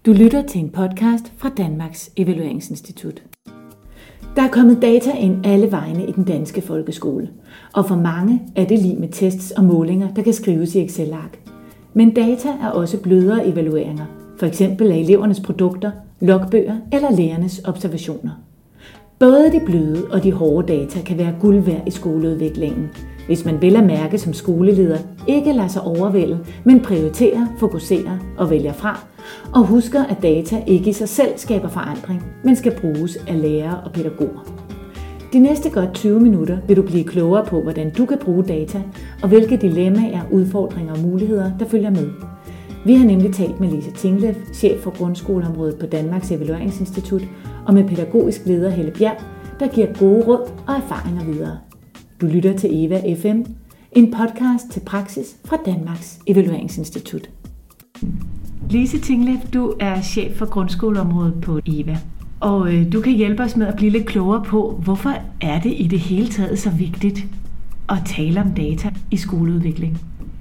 Du lytter til en podcast fra Danmarks Evalueringsinstitut. Der er kommet data ind alle vegne i den danske folkeskole, og for mange er det lig med tests og målinger, der kan skrives i Excel-ark. Men data er også blødere evalueringer, f.eks. af elevernes produkter, logbøger eller lærernes observationer. Både de bløde og de hårde data kan være guld værd i skoleudviklingen, hvis man vel at mærke som skoleleder ikke lader sig overvælde, men prioriterer, fokuserer og vælger fra, og husker, at data ikke i sig selv skaber forandring, men skal bruges af lærere og pædagoger. De næste godt 20 minutter vil du blive klogere på, hvordan du kan bruge data, og hvilke dilemmaer, udfordringer og muligheder, der følger med. Vi har nemlig talt med Lise Tinglev, chef for grundskoleområdet på Danmarks Evalueringsinstitut, og med pædagogisk leder Helle Bjerg, der giver gode råd og erfaringer videre. Du lytter til EVA FM, en podcast til praksis fra Danmarks Evalueringsinstitut. Lise Tinglev, du er chef for grundskoleområdet på EVA, og du kan hjælpe os med at blive lidt klogere på, hvorfor er det i det hele taget så vigtigt at tale om data i skoleudvikling?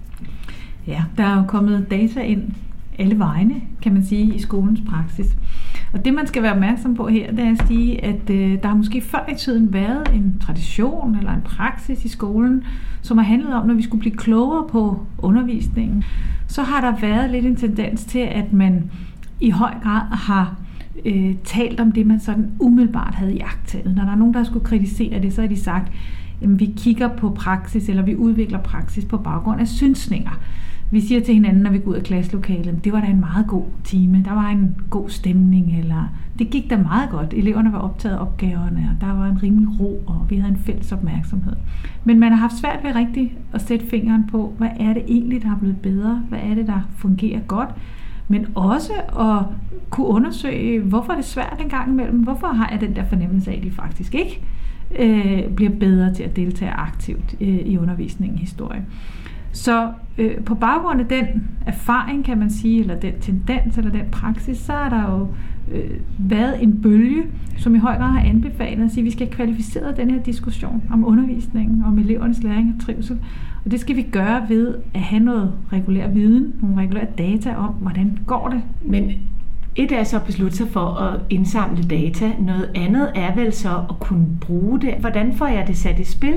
Ja, der er jo kommet data ind alle vegne, kan man sige, i skolens praksis. Og det, man skal være opmærksom på her, det er at sige, at der har måske før i tiden været en tradition eller en praksis i skolen, som har handlet om, når vi skulle blive klogere på undervisningen, så har der været lidt en tendens til, at man i høj grad har talt om det, man sådan umiddelbart havde iagttaget. Når der er nogen, der skulle kritisere det, så har de sagt, at vi kigger på praksis, eller vi udvikler praksis på baggrund af synsninger. Vi siger til hinanden, når vi går ud af klasselokalet, det var da en meget god time, der var en god stemning, eller det gik da meget godt. Eleverne var optaget af opgaverne, og der var en rimelig ro, og vi havde en fælles opmærksomhed. Men man har haft svært ved rigtigt at sætte fingeren på, hvad er det egentlig, der er blevet bedre? Hvad er det, der fungerer godt? Men også at kunne undersøge, hvorfor er det svært en gang imellem? Hvorfor har jeg den der fornemmelse af, at de faktisk ikke bliver bedre til at deltage aktivt i undervisningen i historie? Så på baggrund af den erfaring, kan man sige, eller den tendens, eller den praksis, så er der jo været en bølge, som i høj grad har anbefalet at sige, at vi skal kvalificere den her diskussion om undervisningen, om elevernes læring og trivsel. Og det skal vi gøre ved at have noget regulær viden, nogle regulære data om, hvordan går det. Men et er så at beslutte sig for at indsamle data. Noget andet er vel så at kunne bruge det. Hvordan får jeg det sat i spil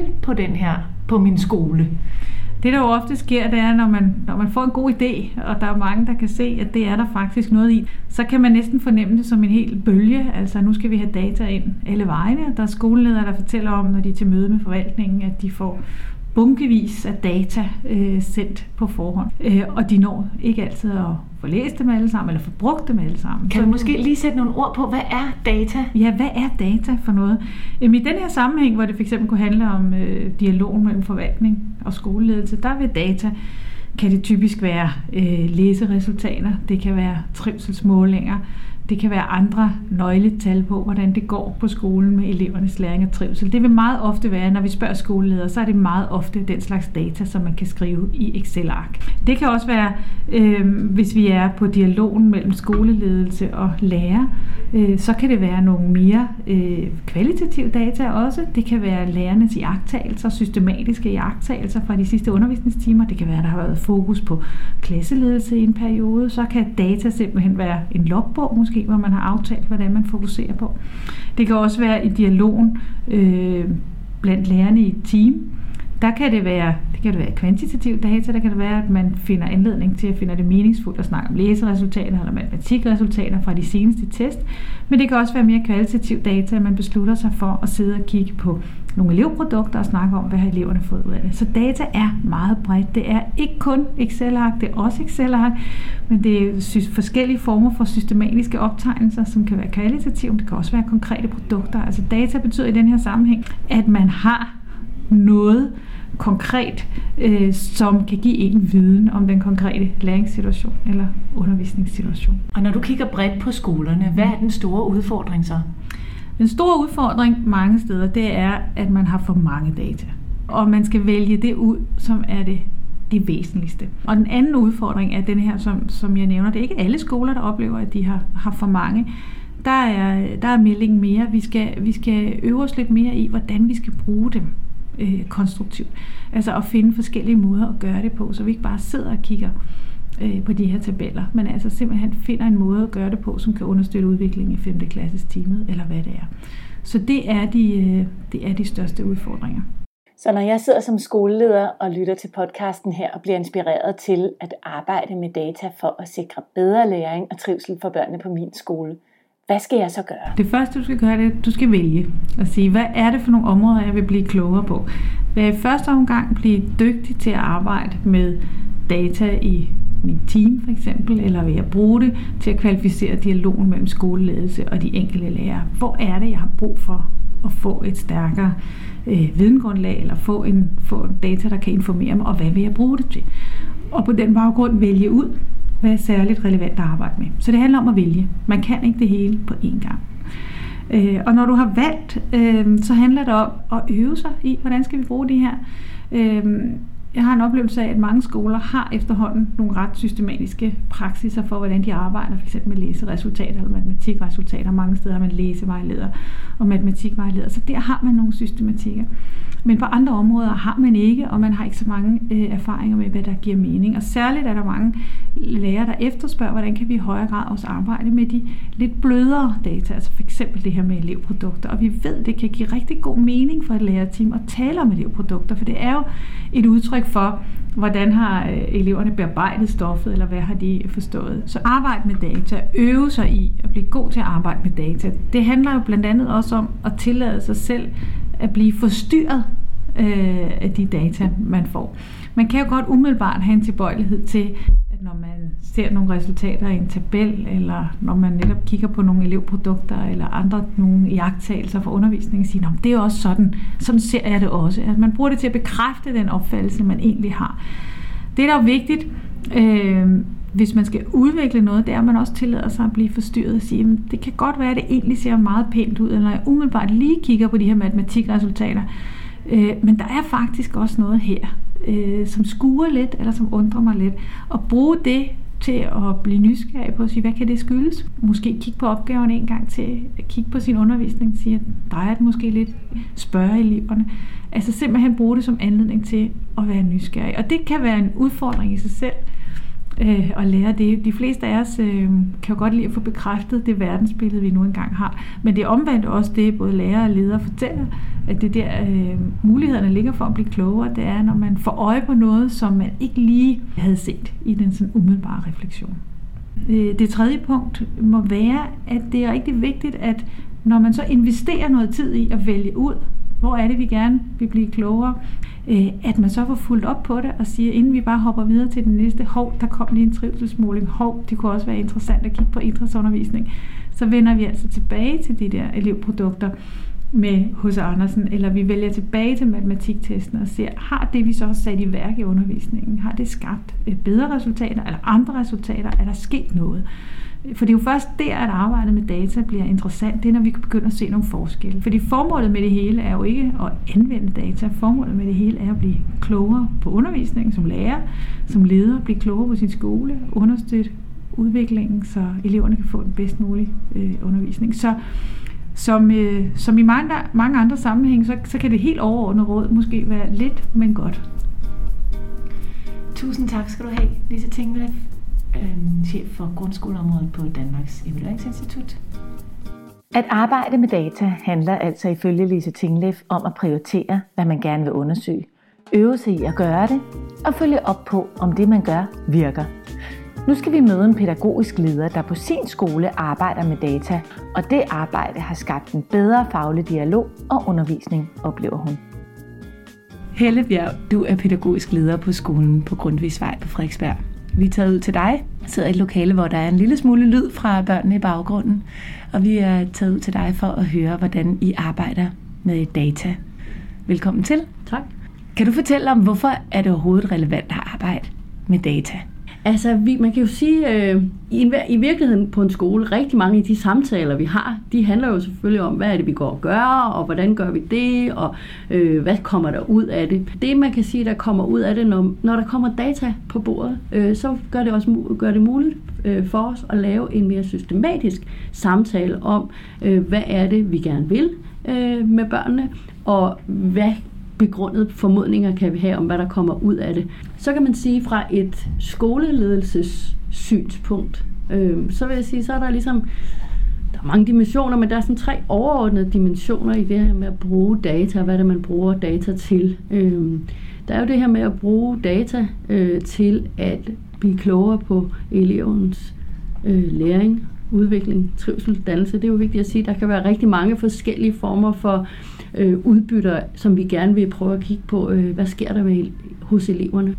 på min skole? Det, der jo ofte sker, det er, når man får en god idé, og der er mange, der kan se, at det er der faktisk noget i, så kan man næsten fornemme det som en hel bølge. Altså, nu skal vi have data ind alle vegne. Der er skoleledere, der fortæller om, når de er til møde med forvaltningen, at de får bunkevis af data sendt på forhånd. Og de når ikke altid at få læst dem alle sammen, eller få brugt dem alle sammen. Kan du måske lige sætte nogle ord på, hvad er data? Ja, hvad er data for noget? I den her sammenhæng, hvor det fx kunne handle om dialogen mellem forvaltning og skoleledelse, der ved data kan det typisk være læseresultater, det kan være trivselsmålinger, det kan være andre nøgletal på, hvordan det går på skolen med elevernes læring og trivsel. Det vil meget ofte være, når vi spørger skoleledere, så er det meget ofte den slags data, som man kan skrive i Excel-ark. Det kan også være, hvis vi er på dialogen mellem skoleledelse og lærer, så kan det være nogle mere kvalitative data også. Det kan være lærernes iagttagelser, systematiske iagttagelser fra de sidste undervisningstimer. Det kan være, der har været fokus på klasseledelse i en periode. Så kan data simpelthen være en logbog måske, hvor man har aftalt, hvordan man fokuserer på. Det kan også være i dialogen blandt lærerne i et team. Der kan det være kvantitativ data, der kan det være, at man finder anledning til at finde det meningsfuldt at snakke om læseresultater eller matematikresultater fra de seneste test. Men det kan også være mere kvalitativ data, at man beslutter sig for at sidde og kigge på nogle elevprodukter og snakke om, hvad har eleverne fået ud af det. Så data er meget bredt. Det er ikke kun Excel-ark, det er også Excel-ark, men det er forskellige former for systematiske optegnelser, som kan være kvalitative, men det kan også være konkrete produkter. Altså data betyder i den her sammenhæng, at man har noget konkret, som kan give en viden om den konkrete læringssituation eller undervisningssituation. Og når du kigger bredt på skolerne, hvad er den store udfordring så? Den store udfordring mange steder, det er, at man har for mange data. Og man skal vælge det ud, som er det væsentligste. Og den anden udfordring er den her, som jeg nævner. Det er ikke alle skoler, der oplever, at de har for mange. Der er meldingen mere. Vi skal øve os lidt mere i, hvordan vi skal bruge dem konstruktivt. Altså at finde forskellige måder at gøre det på, så vi ikke bare sidder og kigger på de her tabeller, men altså simpelthen finder en måde at gøre det på, som kan understøtte udviklingen i 5. klasses teamet, eller hvad det er. Så det er de største udfordringer. Så når jeg sidder som skoleleder og lytter til podcasten her og bliver inspireret til at arbejde med data for at sikre bedre læring og trivsel for børnene på min skole, hvad skal jeg så gøre? Det første, du skal gøre, det er, at du skal vælge og sige, hvad er det for nogle områder, jeg vil blive klogere på? Vil jeg i første omgang blive dygtig til at arbejde med data i min team for eksempel, eller vil jeg bruge det til at kvalificere dialogen mellem skoleledelse og de enkelte lærere? Hvor er det, jeg har brug for at få et stærkere videngrundlag, eller få data, der kan informere mig, og hvad vil jeg bruge det til? Og på den baggrund vælge ud, hvad er særligt relevant at arbejde med. Så det handler om at vælge. Man kan ikke det hele på én gang. Og når du har valgt, så handler det om at øve sig i, hvordan skal vi bruge det her. Jeg har en oplevelse af, at mange skoler har efterhånden nogle ret systematiske praksiser for, hvordan de arbejder, f.eks. med læseresultater eller matematikresultater. Mange steder har man læsevejleder og matematikvejleder, så der har man nogle systematikker. Men på andre områder har man ikke, og man har ikke så mange erfaringer med, hvad der giver mening. Og særligt er der mange lærere, der efterspørger, hvordan kan vi i højere grad også arbejde med de lidt blødere data, altså f.eks. det her med elevprodukter. Og vi ved, at det kan give rigtig god mening for et lærerteam at tale om elevprodukter, for det er jo et udtryk for, hvordan har eleverne bearbejdet stoffet, eller hvad har de forstået. Så arbejde med data, øve sig i at blive god til at arbejde med data. Det handler jo blandt andet også om at tillade sig selv at blive forstyrret af de data, man får. Man kan jo godt umiddelbart have en tilbøjelighed til, at når man ser nogle resultater i en tabel, eller når man netop kigger på nogle elevprodukter, eller andre nogle iagttagelser fra undervisningen, sige, at det er også sådan ser jeg det også. At man bruger det til at bekræfte den opfattelse, man egentlig har. Det er da vigtigt, hvis man skal udvikle noget, det er, at man også tillader sig at blive forstyrret og sige, at det kan godt være, at det egentlig ser meget pænt ud, eller når jeg umiddelbart lige kigger på de her matematikresultater. Men der er faktisk også noget her, som skuer lidt, eller som undrer mig lidt. Og bruge det til at blive nysgerrig på at sige, hvad kan det skyldes? Måske kigge på opgaverne en gang til, kigge på sin undervisning, sige, at drejer det måske lidt, spørge eleverne. Altså simpelthen bruge det som anledning til at være nysgerrig. Og det kan være en udfordring i sig selv, at lære det. De fleste af os kan jo godt lide at få bekræftet det verdensbillede, vi nu engang har. Men det er omvendt også det, både lærere og ledere fortæller, at det der mulighederne ligger for at blive klogere, det er, når man får øje på noget, som man ikke lige havde set i den sådan umiddelbare refleksion. Det tredje punkt må være, at det er rigtig vigtigt, at når man så investerer noget tid i at vælge ud, hvor er det, vi gerne vil blive klogere, at man så får fulgt op på det og siger, inden vi bare hopper videre til den næste, der kom lige en trivselsmåling, det kunne også være interessant at kigge på idrætsundervisning, så vender vi altså tilbage til de der elevprodukter med H.C. Andersen, eller vi vælger tilbage til matematiktesten og ser, har det vi så sat i værk i undervisningen, har det skabt bedre resultater eller andre resultater, er der sket noget? For det er jo først der, at arbejdet med data bliver interessant, det er, når vi kan begynde at se nogle forskelle. Fordi formålet med det hele er jo ikke at anvende data, formålet med det hele er at blive klogere på undervisningen som lærer, som leder, blive klogere på sin skole, understøtte udviklingen, så eleverne kan få den bedst mulige undervisning. Så som i mange andre sammenhænge, så kan det helt overordnede råd måske være lidt, men godt. Tusind tak skal du have, Lise Tingleff, chef for grundskoleområdet på Danmarks Evalueringsinstitut. At arbejde med data handler altså ifølge Lise Tingleff om at prioritere, hvad man gerne vil undersøge, øve sig i at gøre det og følge op på, om det man gør virker. Nu skal vi møde en pædagogisk leder, der på sin skole arbejder med data, og det arbejde har skabt en bedre faglig dialog og undervisning, oplever hun. Helle Bjerg, du er pædagogisk leder på skolen på Grundtvigsvej på Frederiksberg. Vi er taget ud til dig, sidder i et lokale, hvor der er en lille smule lyd fra børnene i baggrunden, og vi er taget ud til dig for at høre, hvordan I arbejder med data. Velkommen til. Tak. Kan du fortælle om, hvorfor er det overhovedet relevant at arbejde med data? Altså, man kan jo sige, i virkeligheden på en skole, rigtig mange af de samtaler, vi har, de handler jo selvfølgelig om, hvad er det, vi går og gør, og hvordan gør vi det, og hvad kommer der ud af det. Det, man kan sige, der kommer ud af det, når der kommer data på bordet, så gør det muligt for os at lave en mere systematisk samtale om, hvad er det, vi gerne vil med børnene, og hvad begrundede formodninger kan vi have om, hvad der kommer ud af det. Så kan man sige, fra et skolelelsessynspunkt, så vil jeg sige, så er der ligesom, der er mange dimensioner, men der er sådan 3 overordnede dimensioner i det her med at bruge data, og hvad det man bruger data til. Der er jo det her med at bruge data til at blive klogere på elevens læring, udvikling, trivsel, dannelse. Det er jo vigtigt at sige, der kan være rigtig mange forskellige former for udbytter, som vi gerne vil prøve at kigge på, hvad sker der hos eleverne.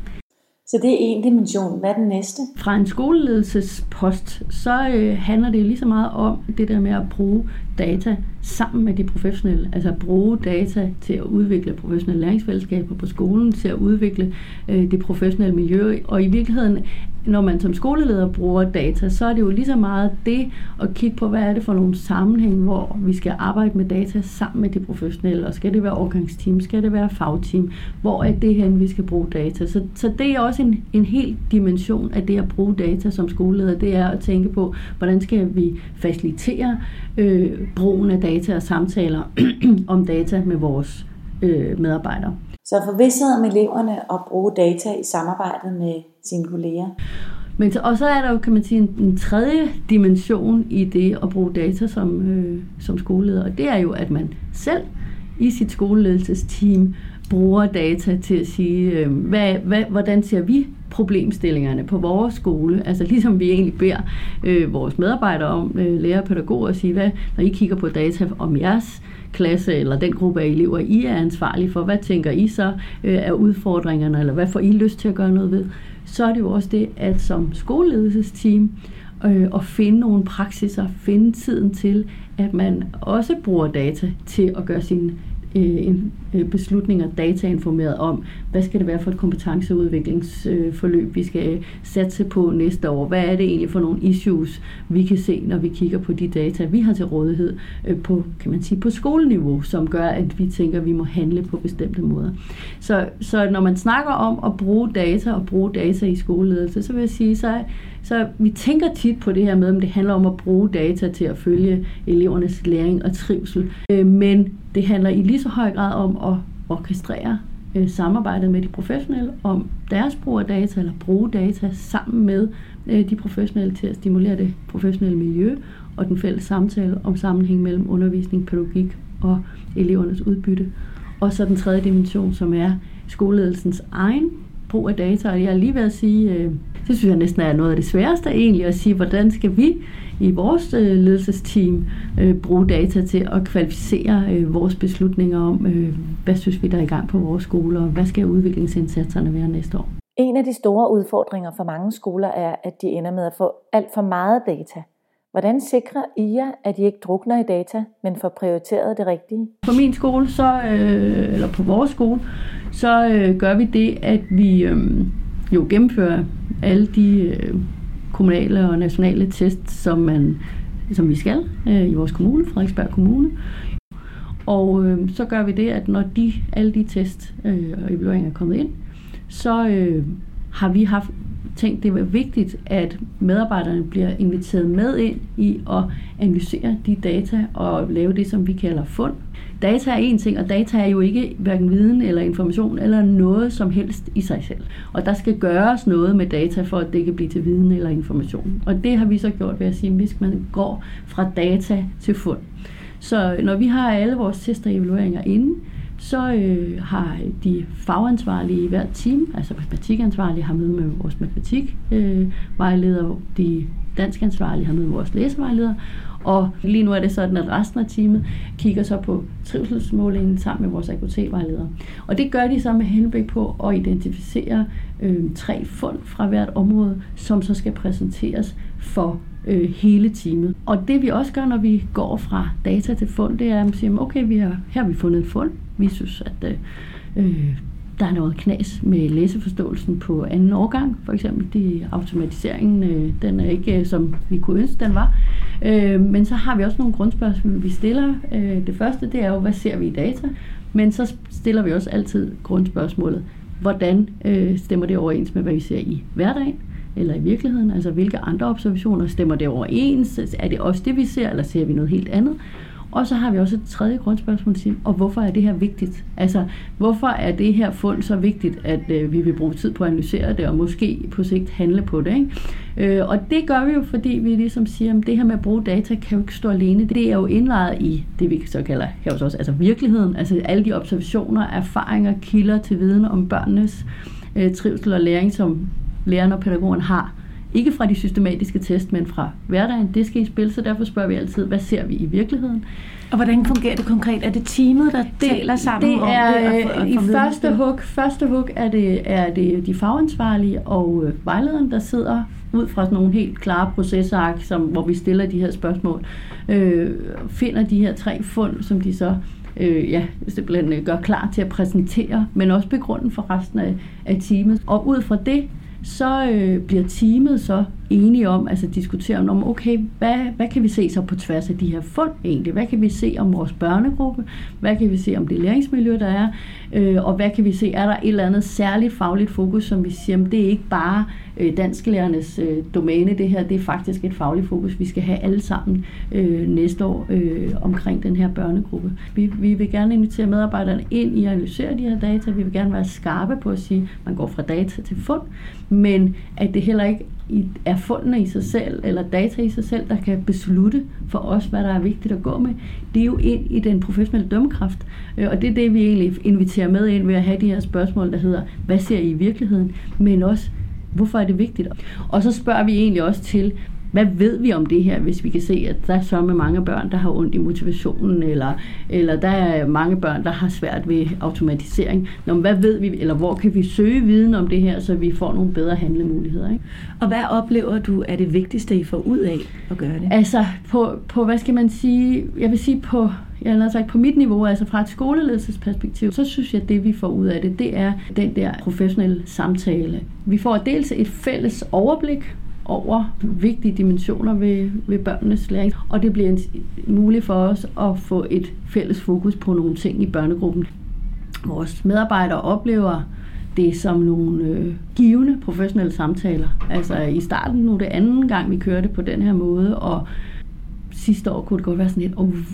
Så det er en dimension. Hvad er den næste? Fra en skoleledelsespost, så handler det lige så meget om det der med at bruge data sammen med de professionelle. Altså at bruge data til at udvikle professionelle læringsfællesskaber på skolen, til at udvikle det professionelle miljø. Og i virkeligheden, når man som skoleleder bruger data, så er det jo lige så meget det at kigge på, hvad er det for nogle sammenhæng, hvor vi skal arbejde med data sammen med de professionelle. Og skal det være årgangsteam? Skal det være fagteam? Hvor er det hen, vi skal bruge data? Så det er også en hel dimension af det at bruge data som skoleleder. Det er at tænke på, hvordan skal vi facilitere brugen af data og samtaler om data med vores medarbejdere. Så forvisset om eleverne at bruge data i samarbejdet med sine kolleger. Men og så er der jo, kan man sige, en tredje dimension i det at bruge data som skoleleder, og det er jo, at man selv i sit skoleledelsesteam bruger data til at sige, hvordan ser vi problemstillingerne på vores skole, altså ligesom vi egentlig beder vores medarbejdere om, lærere og pædagoger, at sige, hvad, når I kigger på data om jeres klasse eller den gruppe af elever, I er ansvarlige for, hvad tænker I så er udfordringerne, eller hvad får I lyst til at gøre noget ved, så er det jo også det, at som skoleledelsesteam at finde nogle praksiser, finde tiden til, at man også bruger data til at gøre sine beslutninger datainformeret om, hvad skal det være for et kompetenceudviklingsforløb, vi skal satse på næste år. Hvad er det egentlig for nogle issues, vi kan se, når vi kigger på de data, vi har til rådighed på, kan man sige, på skoleniveau, som gør, at vi tænker, at vi må handle på bestemte måder. Så når man snakker om at bruge data i skoleledelse, så vil jeg sige, så vi tænker tit på det her med, om det handler om at bruge data til at følge elevernes læring og trivsel. Men det handler i lige så høj grad om at orkestrere samarbejdet med de professionelle om deres brug af data, eller bruge data sammen med de professionelle til at stimulere det professionelle miljø og den fælles samtale om sammenhæng mellem undervisning, pædagogik og elevernes udbytte. Og så den tredje dimension, som er skoleledelsens egen brug af data, og jeg er lige ved at sige, det synes jeg næsten er noget af det sværeste egentlig, at sige, hvordan skal vi i vores ledelsesteam bruge data til at kvalificere vores beslutninger om, hvad synes vi der er i gang på vores skoler, og hvad skal udviklingsindsatserne være næste år. En af de store udfordringer for mange skoler er, at de ender med at få alt for meget data. Hvordan sikrer I jer, at I ikke drukner i data, men får prioriteret det rigtige? På min skole, eller på vores skole, så gør vi det, at vi jo gennemfører alle de kommunale og nationale tests, som vi skal i vores kommune, Frederiksberg Kommune. Og så gør vi det, at når alle de test og evalueringer er kommet ind, så har vi tænkt, det var vigtigt, at medarbejderne bliver inviteret med ind i at analysere de data og lave det, som vi kalder fund. Data er en ting, og data er jo ikke hverken viden eller information eller noget som helst i sig selv. Og der skal gøres noget med data, for at det kan blive til viden eller information. Og det har vi så gjort ved at sige, at man går fra data til fund. Så når vi har alle vores test og evalueringer inde, så har de fagansvarlige i hvert team, altså matematikansvarlige har møde med vores matematikvejledere, de danskansvarlige har møde med vores læsevejledere, og lige nu er det sådan, at resten af teamet kigger så på trivselsmålingen sammen med vores AKT-vejledere. Og det gør de så med henblik på at identificere 3 fund fra hvert område, som så skal præsenteres for hele teamet. Og det vi også gør, når vi går fra data til fund, det er at sige, okay, her har vi fundet et fund. Vi synes, at der er noget knas med læseforståelsen på anden årgang. For eksempel automatiseringen, den er ikke, som vi kunne ønske, den var. Men så har vi også nogle grundspørgsmål, vi stiller. Det første, det er jo, hvad ser vi i data? Men så stiller vi også altid grundspørgsmålet, hvordan stemmer det overens med, hvad vi ser i hverdagen? Eller i virkeligheden, altså hvilke andre observationer stemmer det overens? Er det også det, vi ser, eller ser vi noget helt andet? Og så har vi også et tredje grundspørgsmål, og hvorfor er det her vigtigt? Altså, hvorfor er det her fund så vigtigt, at vi vil bruge tid på at analysere det, og måske på sigt handle på det, ikke? Og det gør vi jo, fordi vi ligesom siger, at det her med at bruge data kan jo ikke stå alene. Det er jo indlejret i det, vi så kalder her hos os, altså virkeligheden, altså alle de observationer, erfaringer, kilder til viden om børnenes trivsel og læring, som lærerne og pædagogerne har. Ikke fra de systematiske test, men fra hverdagen. Det skal I spille, så derfor spørger vi altid, hvad ser vi i virkeligheden? Og hvordan fungerer det konkret? Er det teamet, der taler sammen om det? I første hug er det de fagansvarlige og vejlederen, der sidder ud fra sådan nogle helt klare procesark, hvor vi stiller de her spørgsmål, finder de her 3 fund, som de så simpelthen gør klar til at præsentere, men også begrunde for resten af teamet. Og ud fra det, så bliver teamet så enige om, altså diskutere om, okay, hvad kan vi se så på tværs af de her fund egentlig? Hvad kan vi se om vores børnegruppe? Hvad kan vi se om det læringsmiljø, der er? Og hvad kan vi se, er der et eller andet særligt fagligt fokus, som vi siger, det er ikke bare dansklærernes domæne, det her, det er faktisk et fagligt fokus, vi skal have alle sammen næste år omkring den her børnegruppe. Vi vil gerne invitere medarbejderne ind i at analysere de her data, vi vil gerne være skarpe på at sige, at man går fra data til fund, men at det heller ikke er fundene i sig selv, eller data i sig selv, der kan beslutte for os, hvad der er vigtigt at gå med. Det er jo ind i den professionelle dømmekraft, og det er det, vi egentlig inviterer med ind ved at have de her spørgsmål, der hedder, hvad ser I i virkeligheden, men også, hvorfor er det vigtigt? Og så spørger vi egentlig også til, hvad ved vi om det her, hvis vi kan se, at der er så med mange børn, der har ondt i motivationen, eller der er mange børn, der har svært ved automatisering. Hvad ved vi, eller hvor kan vi søge viden om det her, så vi får nogle bedre handlemuligheder, ikke? Og hvad oplever du er det vigtigste, I får ud af at gøre det? Altså, på hvad skal man sige, jeg vil sige på mit niveau, altså fra et skoleledelsesperspektiv, så synes jeg, at det vi får ud af det er den der professionelle samtale. Vi får dels et fælles overblik over vigtige dimensioner ved børnenes læring, og det bliver muligt for os at få et fælles fokus på nogle ting i børnegruppen. Vores medarbejdere oplever det som nogle givende professionelle samtaler. Altså i starten, nu er det anden gang, vi kører det på den her måde, og sidste år kunne det godt være sådan lidt,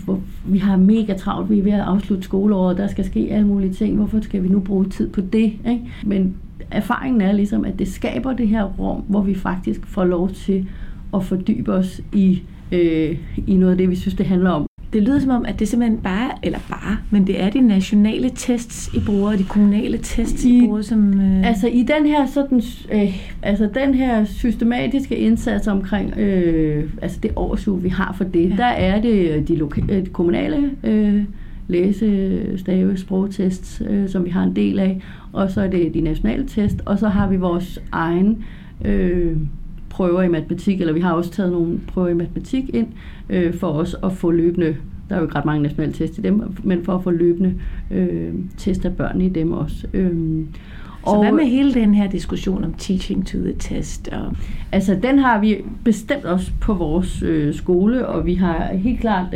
vi har mega travlt, vi er ved at afslutte skoleåret, der skal ske alle mulige ting, hvorfor skal vi nu bruge tid på det? Ikke? Men erfaringen er ligesom, at det skaber det her rum, hvor vi faktisk får lov til at fordybe os i noget af det, vi synes, det handler om. Det lyder som om, at det simpelthen men det er de nationale tests, I bruger, og de kommunale tests, I bruger som... Altså i den her den her systematiske indsats omkring det årsuge, vi har for det, der er det de kommunale læse-, stave-, sprogtests, som vi har en del af, og så er det de nationale test, og så har vi vores egen prøver i matematik, eller vi har også taget nogle prøver i matematik ind for os at få løbende, der er jo ikke ret mange nationale test i dem, men for at få løbende test af børn i dem også. Så hvad med hele den her diskussion om teaching to the test? Altså, den har vi bestemt også på vores skole, og vi har helt klart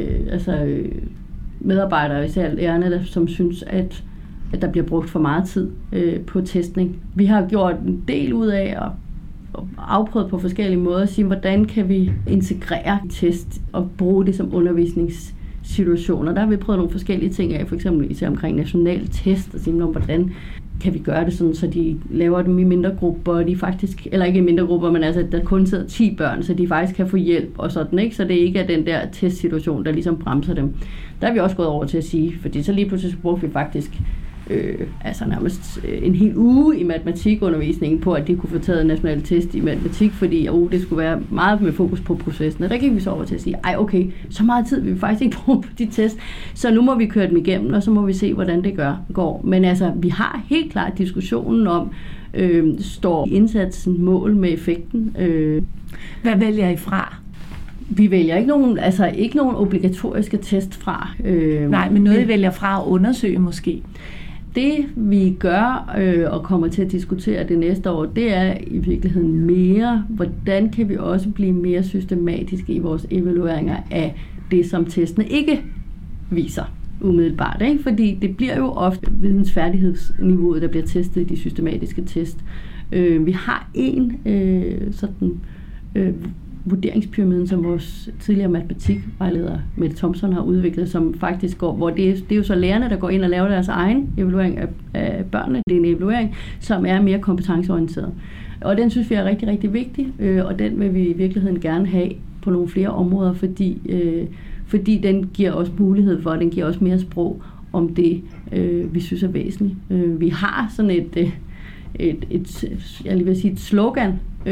medarbejdere, især lærerne, som synes, at der bliver brugt for meget tid på testning. Vi har gjort en del ud af at afprøvet på forskellige måder at sige, hvordan kan vi integrere test og bruge det som undervisningssituationer. Der har vi prøvet nogle forskellige ting af, for eksempel især omkring national test, og sige, hvordan kan vi gøre det sådan, så de laver dem i mindre grupper, og de faktisk, eller ikke i mindre grupper, men altså, der kun sidder 10 børn, så de faktisk kan få hjælp og sådan, ikke? Så det ikke er den der testsituation, der ligesom bremser dem. Der er vi også gået over til at sige, fordi så lige pludselig brugte vi faktisk nærmest en hel uge i matematikundervisningen på, at de kunne få taget en national test i matematik, fordi det skulle være meget med fokus på processen. Og der gik vi så over til at sige, okay, så meget tid vil vi faktisk ikke bruge på de test, så nu må vi køre dem igennem, og så må vi se, hvordan det går. Men altså, vi har helt klart diskussionen om, står indsatsen mål med effekten? Hvad vælger I fra? Vi vælger ikke nogen obligatoriske test fra. Nej, men noget I vælger fra at undersøge måske. Det vi gør og kommer til at diskutere det næste år, det er i virkeligheden mere, hvordan kan vi også blive mere systematiske i vores evalueringer af det, som testene ikke viser umiddelbart. Ikke? Fordi det bliver jo ofte vidensfærdighedsniveauet, der bliver testet i de systematiske test. Vi har en vurderingspyramiden, som vores tidligere matematikvejleder Mette Thomsen har udviklet, som faktisk går, hvor det er jo så lærerne, der går ind og laver deres egen evaluering af børnene. Det er en evaluering, som er mere kompetenceorienteret. Og den synes vi er rigtig, rigtig vigtig, og den vil vi i virkeligheden gerne have på nogle flere områder, fordi den giver os mulighed for, den giver os mere sprog om det, vi synes er væsentligt. Vi har sådan et slogan,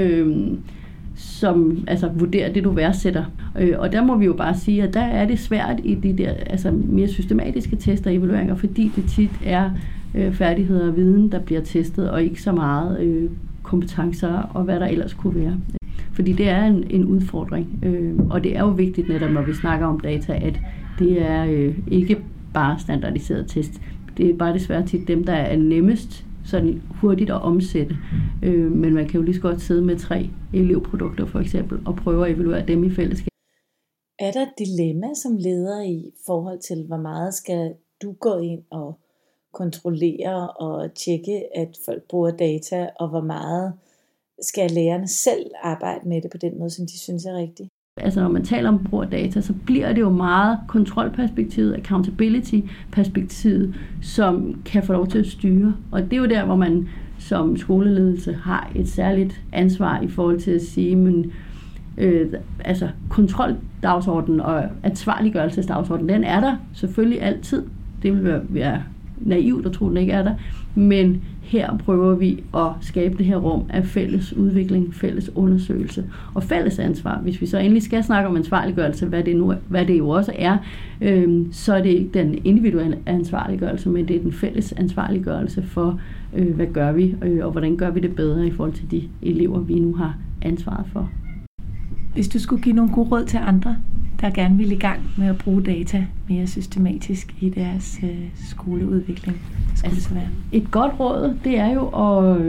som altså vurderer det, du værdsætter. Og der må vi jo bare sige, at der er det svært i de der altså mere systematiske tester og evalueringer, fordi det tit er færdigheder og viden, der bliver testet, og ikke så meget kompetencer og hvad der ellers kunne være. Fordi det er en udfordring, og det er jo vigtigt netop, når vi snakker om data, at det er ikke bare standardiseret test. Det er bare desværre tit dem, der er nemmest sådan hurtigt at omsætte. Men man kan jo lige så godt sidde med 3 elevprodukter for eksempel, og prøve at evaluere dem i fællesskab. Er der et dilemma som leder i forhold til, hvor meget skal du gå ind og kontrollere og tjekke, at folk bruger data, og hvor meget skal lærerne selv arbejde med det på den måde, som de synes er rigtigt? Altså når man taler om brug af data, så bliver det jo meget kontrolperspektivet, accountability-perspektivet, som kan få lov til at styre. Og det er jo der, hvor man som skoleledelse har et særligt ansvar i forhold til at sige, men altså kontroldagsordenen og ansvarliggørelsesdagsordenen, den er der selvfølgelig altid. Det vil være naivt at tro, den ikke er der. Men her prøver vi at skabe det her rum af fælles udvikling, fælles undersøgelse og fælles ansvar. Hvis vi så endelig skal snakke om ansvarliggørelse, hvad det jo også er, så er det ikke den individuelle ansvarliggørelse, men det er den fælles ansvarliggørelse for, hvad gør vi, og hvordan gør vi det bedre i forhold til de elever, vi nu har ansvaret for. Hvis du skulle give nogle gode råd til andre, der gerne vil i gang med at bruge data mere systematisk i deres skoleudvikling, skulle det så være? Et godt råd, det er jo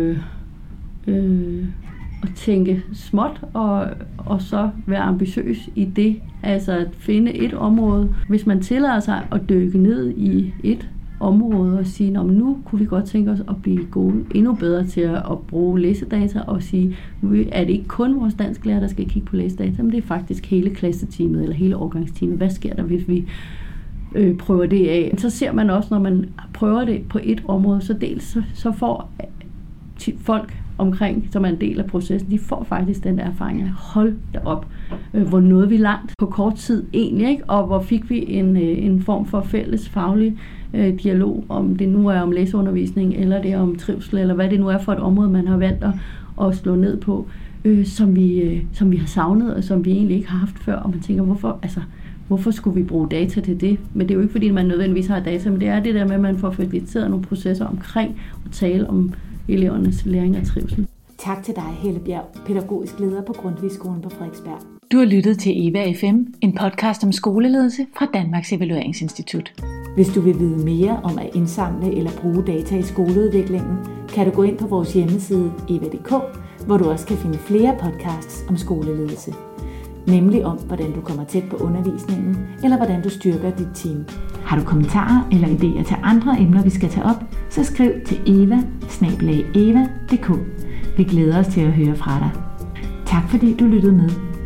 at tænke småt og så være ambitiøs i det. Altså at finde et område. Hvis man tillader sig at dykke ned i et område og sige, nu kunne vi godt tænke os at blive gode, endnu bedre til at bruge læsedata og sige, er det ikke kun vores dansklærer, der skal kigge på læsedata, men det er faktisk hele klasseteamet eller hele årgangsteamet. Hvad sker der, hvis vi prøver det af? Så ser man også, når man prøver det på et område, så dels så får folk omkring, som er en del af processen, de får faktisk den der erfaring af, hold da op, hvor nåede vi langt på kort tid egentlig, ikke? Og hvor fik vi en form for fælles faglig dialog, om det nu er om læseundervisning, eller det er om trivsel, eller hvad det nu er for et område, man har valgt at slå ned på, som vi har savnet, og som vi egentlig ikke har haft før, og man tænker, hvorfor skulle vi bruge data til det? Men det er jo ikke, fordi man nødvendigvis har data, men det er det der med, at man får faciliteret nogle processer omkring at tale om elevernes læring og trivsel. Tak til dig, Helle Bjerg, pædagogisk leder på Grundtvigskolen på Frederiksberg. Du har lyttet til Eva FM, en podcast om skoleledelse fra Danmarks Evalueringsinstitut. Hvis du vil vide mere om at indsamle eller bruge data i skoleudviklingen, kan du gå ind på vores hjemmeside eva.dk, hvor du også kan finde flere podcasts om skoleledelse. Nemlig om, hvordan du kommer tæt på undervisningen, eller hvordan du styrker dit team. Har du kommentarer eller idéer til andre emner, vi skal tage op, så skriv til eva@eva.dk. Vi glæder os til at høre fra dig. Tak fordi du lyttede med.